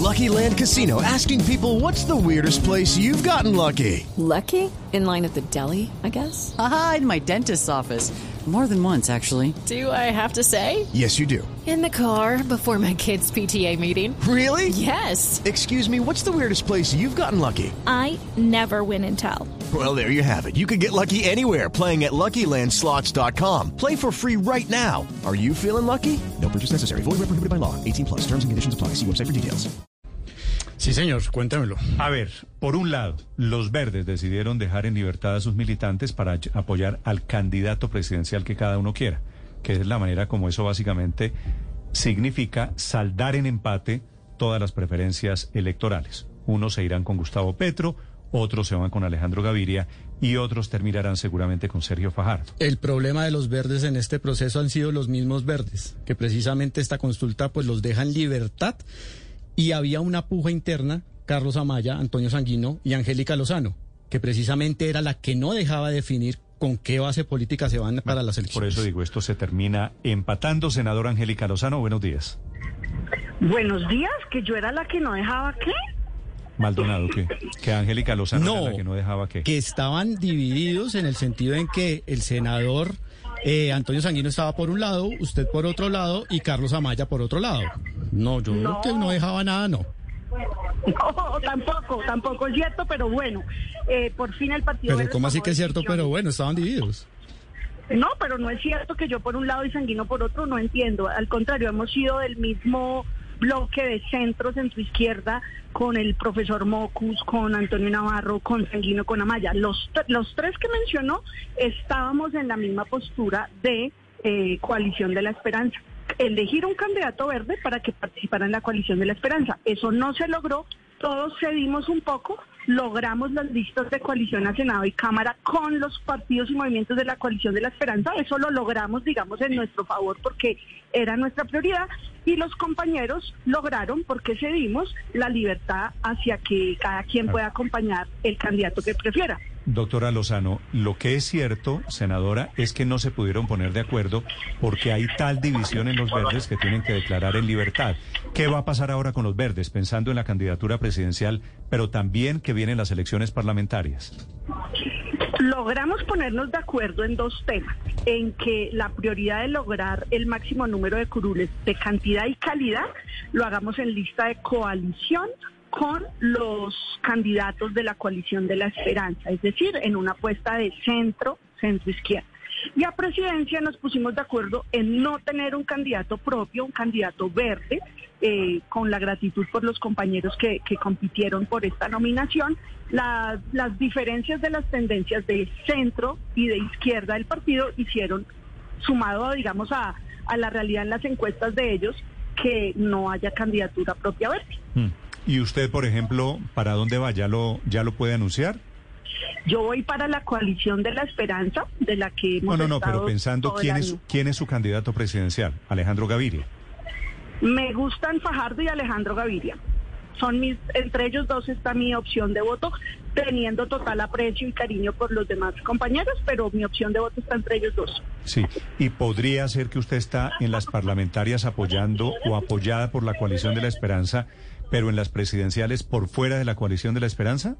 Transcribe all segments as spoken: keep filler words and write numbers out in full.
Lucky Land Casino, asking people, what's the weirdest place you've gotten lucky? Lucky? In line at the deli, I guess? Aha, in my dentist's office. More than once, actually. Do I have to say? Yes, you do. In the car before my kids' P T A meeting. Really? Yes. Excuse me, what's the weirdest place you've gotten lucky? I never win and tell. Well, there you have it. You can get lucky anywhere, playing at Lucky Land Slots dot com. Play for free right now. Are you feeling lucky? No purchase necessary. Void where prohibited by law. eighteen plus. Terms and conditions apply. See website for details. Sí, señor, cuéntamelo. A ver, por un lado, los verdes decidieron dejar en libertad a sus militantes para apoyar al candidato presidencial que cada uno quiera, que es la manera como eso básicamente significa saldar en empate todas las preferencias electorales. Unos se irán con Gustavo Petro, otros se van con Alejandro Gaviria y otros terminarán seguramente con Sergio Fajardo. El problema de los verdes en este proceso han sido los mismos verdes, que precisamente esta consulta pues los deja en libertad. Y había una puja interna, Carlos Amaya, Antonio Sanguino y Angélica Lozano, que precisamente era la que no dejaba definir con qué base política se van para las elecciones. Por eso digo, esto se termina empatando. Senadora Angélica Lozano, buenos días. Buenos días, que yo era la que no dejaba qué. Maldonado, ¿qué? Que Angélica Lozano no, era la que no dejaba qué. Que estaban divididos en el sentido en que el senador eh, Antonio Sanguino estaba por un lado, usted por otro lado y Carlos Amaya por otro lado. No, yo no. creo que no dejaba nada, no. No, tampoco, tampoco es cierto, pero bueno, eh, por fin el partido... Pero ¿cómo así que es cierto? Pero bueno, estaban divididos. No, pero no es cierto que yo por un lado y Sanguino por otro, no entiendo. Al contrario, hemos sido del mismo bloque de centro, centro-izquierda, con el profesor Mocus, con Antonio Navarro, con Sanguino, con Amaya. Los, los tres que mencionó estábamos en la misma postura de eh, coalición de la esperanza. Elegir un candidato verde para que participara en la coalición de la esperanza. Eso no se logró, todos cedimos un poco, logramos las listas de coalición a Senado y Cámara con los partidos y movimientos de la coalición de la esperanza. Eso lo logramos, digamos, en nuestro favor porque era nuestra prioridad y los compañeros lograron, porque cedimos, la libertad hacia que cada quien pueda acompañar el candidato que prefiera. Doctora Lozano, lo que es cierto, senadora, es que no se pudieron poner de acuerdo porque hay tal división en los verdes que tienen que declarar en libertad. ¿Qué va a pasar ahora con los verdes, pensando en la candidatura presidencial, pero también que vienen las elecciones parlamentarias? Logramos ponernos de acuerdo en dos temas, en que la prioridad de lograr el máximo número de curules de cantidad y calidad lo hagamos en lista de coalición con los candidatos de la coalición de la esperanza, es decir, en una apuesta de centro, centro-izquierda. Y a presidencia nos pusimos de acuerdo en no tener un candidato propio, un candidato verde, eh, con la gratitud por los compañeros que, que compitieron por esta nominación. La, las diferencias de las tendencias de centro y de izquierda del partido hicieron, sumado, digamos, a, a la realidad en las encuestas de ellos, que no haya candidatura propia verde. Hmm. ¿Y usted, por ejemplo, para dónde va? ¿Ya lo, ya lo puede anunciar? Yo voy para la coalición de la esperanza, de la que hemos No, no, no, pero estado pensando quién es, quién es su candidato presidencial, Alejandro Gaviria. Me gustan Fajardo y Alejandro Gaviria. Son mis, entre ellos dos está mi opción de voto, teniendo total aprecio y cariño por los demás compañeros, pero mi opción de voto está entre ellos dos. Sí, y podría ser que usted está en las parlamentarias apoyando o apoyada por la coalición de la esperanza, pero en las presidenciales por fuera de la coalición de la esperanza.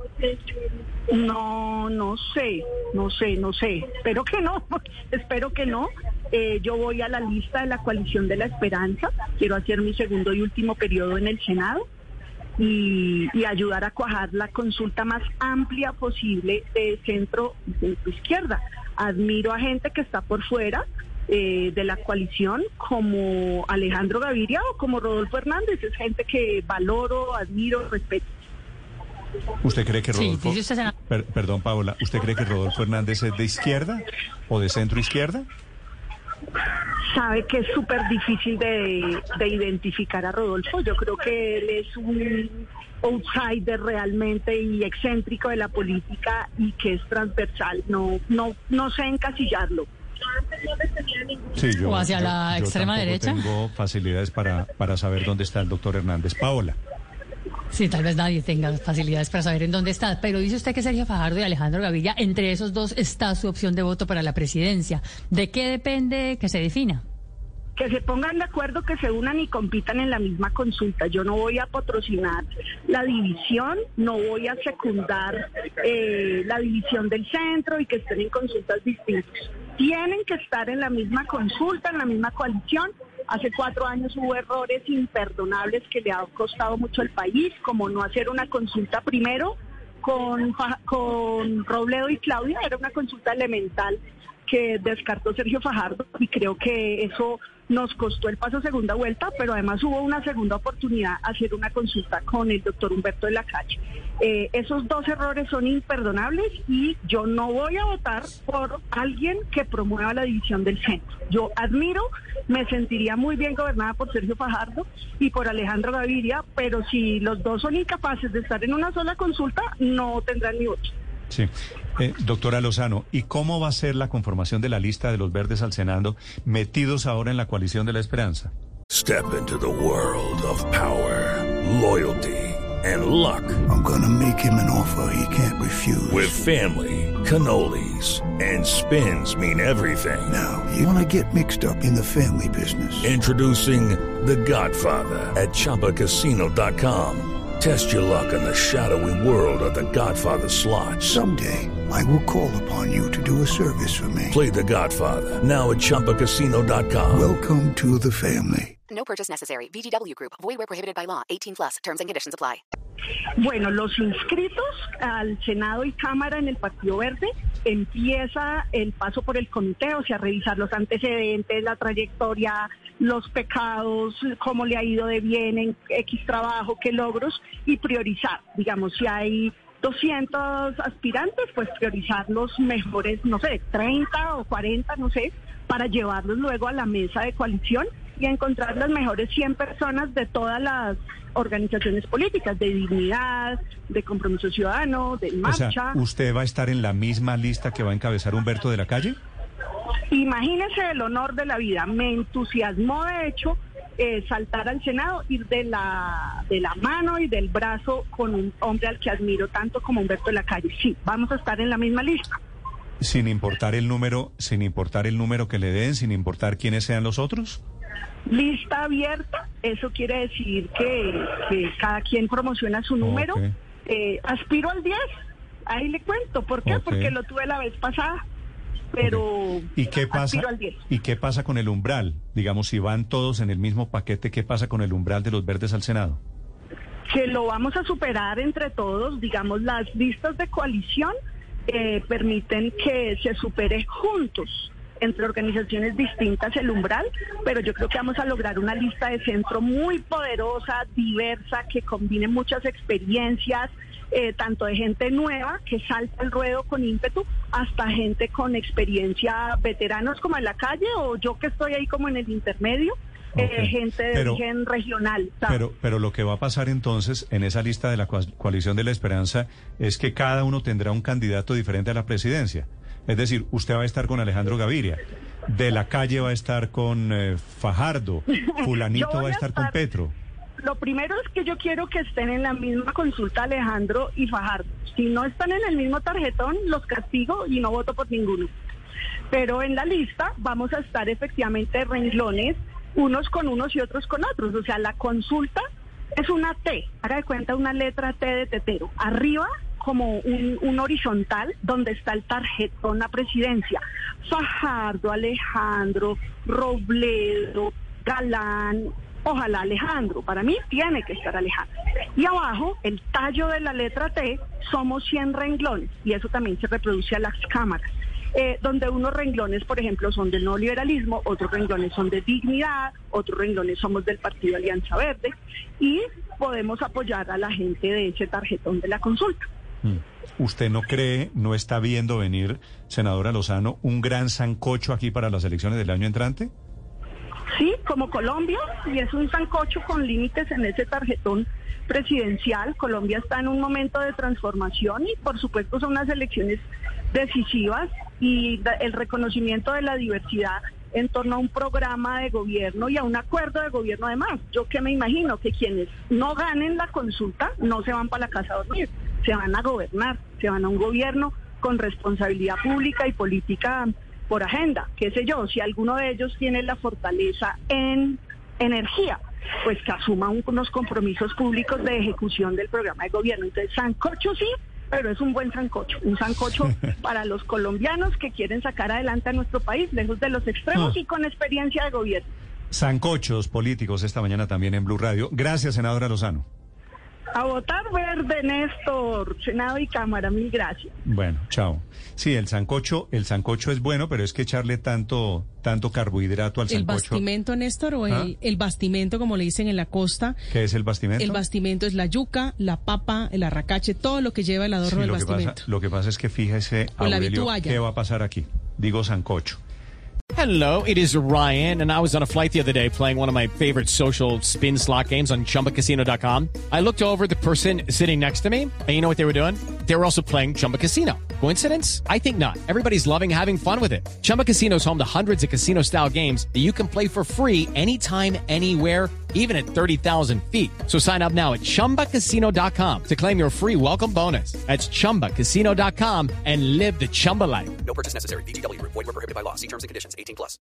No, no sé, no sé, no sé. Espero que no, espero que no. Eh, yo voy a la lista de la coalición de la esperanza. Quiero hacer mi segundo y último periodo en el Senado y, y ayudar a cuajar la consulta más amplia posible de centro y centro izquierda. Admiro a gente que está por fuera eh, de la coalición, como Alejandro Gaviria o como Rodolfo Hernández. Es gente que valoro, admiro, respeto. ¿Usted cree que Rodolfo... Sí, usted... per, perdón, Paola, ¿usted cree que Rodolfo Hernández es de izquierda o de centro izquierda? Sabe que es súper difícil de, de identificar a Rodolfo. Yo creo que él es un outsider realmente y excéntrico de la política y que es transversal. No, no, no sé encasillarlo. Sí, yo, o hacia yo, la yo extrema derecha. Tengo facilidades para, para saber dónde está el doctor Hernández. Paola. Sí, tal vez nadie tenga facilidades para saber en dónde está, pero dice usted que Sergio Fajardo y Alejandro Gaviria, entre esos dos está su opción de voto para la presidencia. ¿De qué depende que se defina? que se pongan de acuerdo, que se unan y compitan en la misma consulta. Yo no voy a patrocinar la división, no voy a secundar eh, la división del centro y que estén en consultas distintas. Tienen que estar en la misma consulta, en la misma coalición. Hace cuatro años hubo errores imperdonables que le ha costado mucho al país, como no hacer una consulta primero con, con Robledo y Claudia, era una consulta elemental que descartó Sergio Fajardo, y creo que eso nos costó el paso a segunda vuelta, pero además hubo una segunda oportunidad a hacer una consulta con el doctor Humberto de la Calle. Eh, esos dos errores son imperdonables y yo no voy a votar por alguien que promueva la división del centro. Yo admiro, me sentiría muy bien gobernada por Sergio Fajardo y por Alejandro Gaviria, pero si los dos son incapaces de estar en una sola consulta, no tendrán mi voto. Sí. Eh, doctora Lozano, ¿y cómo va a ser la conformación de la lista de los verdes al Senado metidos ahora en la coalición de la esperanza? Step into the world of power, loyalty, and luck. I'm gonna make him an offer he can't refuse. With family, cannolis, and spins mean everything. Now, you wanna get mixed up in the family business. Introducing The Godfather at Chumba Casino dot com. Test your luck in the shadowy world of The Godfather slot. Someday, I will call upon you to do a service for me. Play The Godfather, now at Chumba Casino dot com. Welcome to the family. No purchase necessary. V G W Group. Void where prohibited by law. eighteen plus. Terms and conditions apply. Bueno, los inscritos al Senado y Cámara en el Partido Verde, empieza el paso por el comité, o sea, revisar los antecedentes, la trayectoria, los pecados, cómo le ha ido de bien en X trabajo, qué logros, y priorizar. Digamos, si hay doscientos aspirantes, pues priorizar los mejores, no sé, treinta o cuarenta, no sé, para llevarlos luego a la mesa de coalición y encontrar las mejores cien personas de todas las organizaciones políticas, de Dignidad, de Compromiso Ciudadano, de Marcha. O sea, ¿usted va a estar en la misma lista que va a encabezar Humberto de la Calle? Imagínese el honor de la vida. Me entusiasmó, de hecho, eh, saltar al Senado, ir de la, de la mano y del brazo con un hombre al que admiro tanto como Humberto de la Calle. Sí, vamos a estar en la misma lista. Sin importar el número, sin importar el número que le den, sin importar quiénes sean los otros. Lista abierta, eso quiere decir que, que cada quien promociona su número. Okay. Eh, aspiro al diez, ahí le cuento. ¿Por qué? Okay. Porque lo tuve la vez pasada, pero okay. ¿Y qué pasa? Aspiro al diez. ¿Y qué pasa con el umbral? Digamos, si van todos en el mismo paquete, ¿qué pasa con el umbral de los verdes al Senado? Que lo vamos a superar entre todos. Digamos, las listas de coalición eh, permiten que se supere juntos entre organizaciones distintas el umbral, pero yo creo que vamos a lograr una lista de centro muy poderosa, diversa, que combine muchas experiencias, eh, tanto de gente nueva que salta el ruedo con ímpetu, hasta gente con experiencia, veteranos como en la calle, o yo que estoy ahí como en el intermedio, okay. eh, gente de pero, origen regional. ¿sabes? Pero, pero lo que va a pasar entonces en esa lista de la coalición de la esperanza es que cada uno tendrá un candidato diferente a la presidencia. Es decir, usted va a estar con Alejandro Gaviria, de la Calle va a estar con eh, Fajardo, fulanito va a estar, estar con Petro. Lo primero es que yo quiero que estén en la misma consulta Alejandro y Fajardo. Si no están en el mismo tarjetón, los castigo y no voto por ninguno. Pero en la lista vamos a estar efectivamente renglones, unos con unos y otros con otros. O sea, la consulta es una T, haga de cuenta una letra T de tetero. Arriba, como un, un horizontal donde está el tarjetón a presidencia. Fajardo, Alejandro, Robledo, Galán, ojalá Alejandro, para mí tiene que estar Alejandro. Y abajo, el tallo de la letra T, somos cien renglones, y eso también se reproduce a las cámaras, eh, donde unos renglones, por ejemplo, son del neoliberalismo, otros renglones son de Dignidad, otros renglones somos del Partido Alianza Verde, y podemos apoyar a la gente de ese tarjetón de la consulta. ¿Usted no cree, no está viendo venir, senadora Lozano, un gran sancocho aquí para las elecciones del año entrante? Sí, como Colombia, y es un sancocho con límites en ese tarjetón presidencial. Colombia está en un momento de transformación y por supuesto son unas elecciones decisivas y el reconocimiento de la diversidad en torno a un programa de gobierno y a un acuerdo de gobierno además. Yo que me imagino que quienes no ganen la consulta no se van para la casa a dormir, se van a gobernar, se van a un gobierno con responsabilidad pública y política por agenda, qué sé yo, si alguno de ellos tiene la fortaleza en energía, pues que asuma un, unos compromisos públicos de ejecución del programa de gobierno. Entonces, sancocho sí, pero es un buen sancocho, un sancocho para los colombianos que quieren sacar adelante a nuestro país, lejos de los extremos y con experiencia de gobierno. Sancochos políticos esta mañana también en Blue Radio. Gracias, senadora Lozano. A votar verde, Néstor, Senado y Cámara, mil gracias. Bueno, chao. Sí, el sancocho, el sancocho es bueno, pero es que echarle tanto, tanto carbohidrato al ¿El sancocho. bastimento, Néstor, o ¿Ah? el, el bastimento, como le dicen en la costa? ¿Qué es el bastimento? El bastimento es la yuca, la papa, el arracache, todo lo que lleva el adorno Sí, del lo que bastimento. pasa, lo que pasa es que fíjese, O la Aurelio, vitualla. ¿qué va a pasar aquí? Digo sancocho. Hello, it is Ryan, and I was on a flight the other day playing one of my favorite social spin slot games on Chumba Casino dot com. I looked over at the person sitting next to me, and you know what they were doing? They were also playing Chumba Casino. Coincidence? I think not. Everybody's loving having fun with it. Chumba Casino is home to hundreds of casino-style games that you can play for free anytime, anywhere, even at thirty thousand feet. So sign up now at Chumba Casino dot com to claim your free welcome bonus. That's Chumba Casino dot com and live the Chumba life. No purchase necessary. V G W Group. Void where prohibited by law. See terms and conditions. eighteen plus.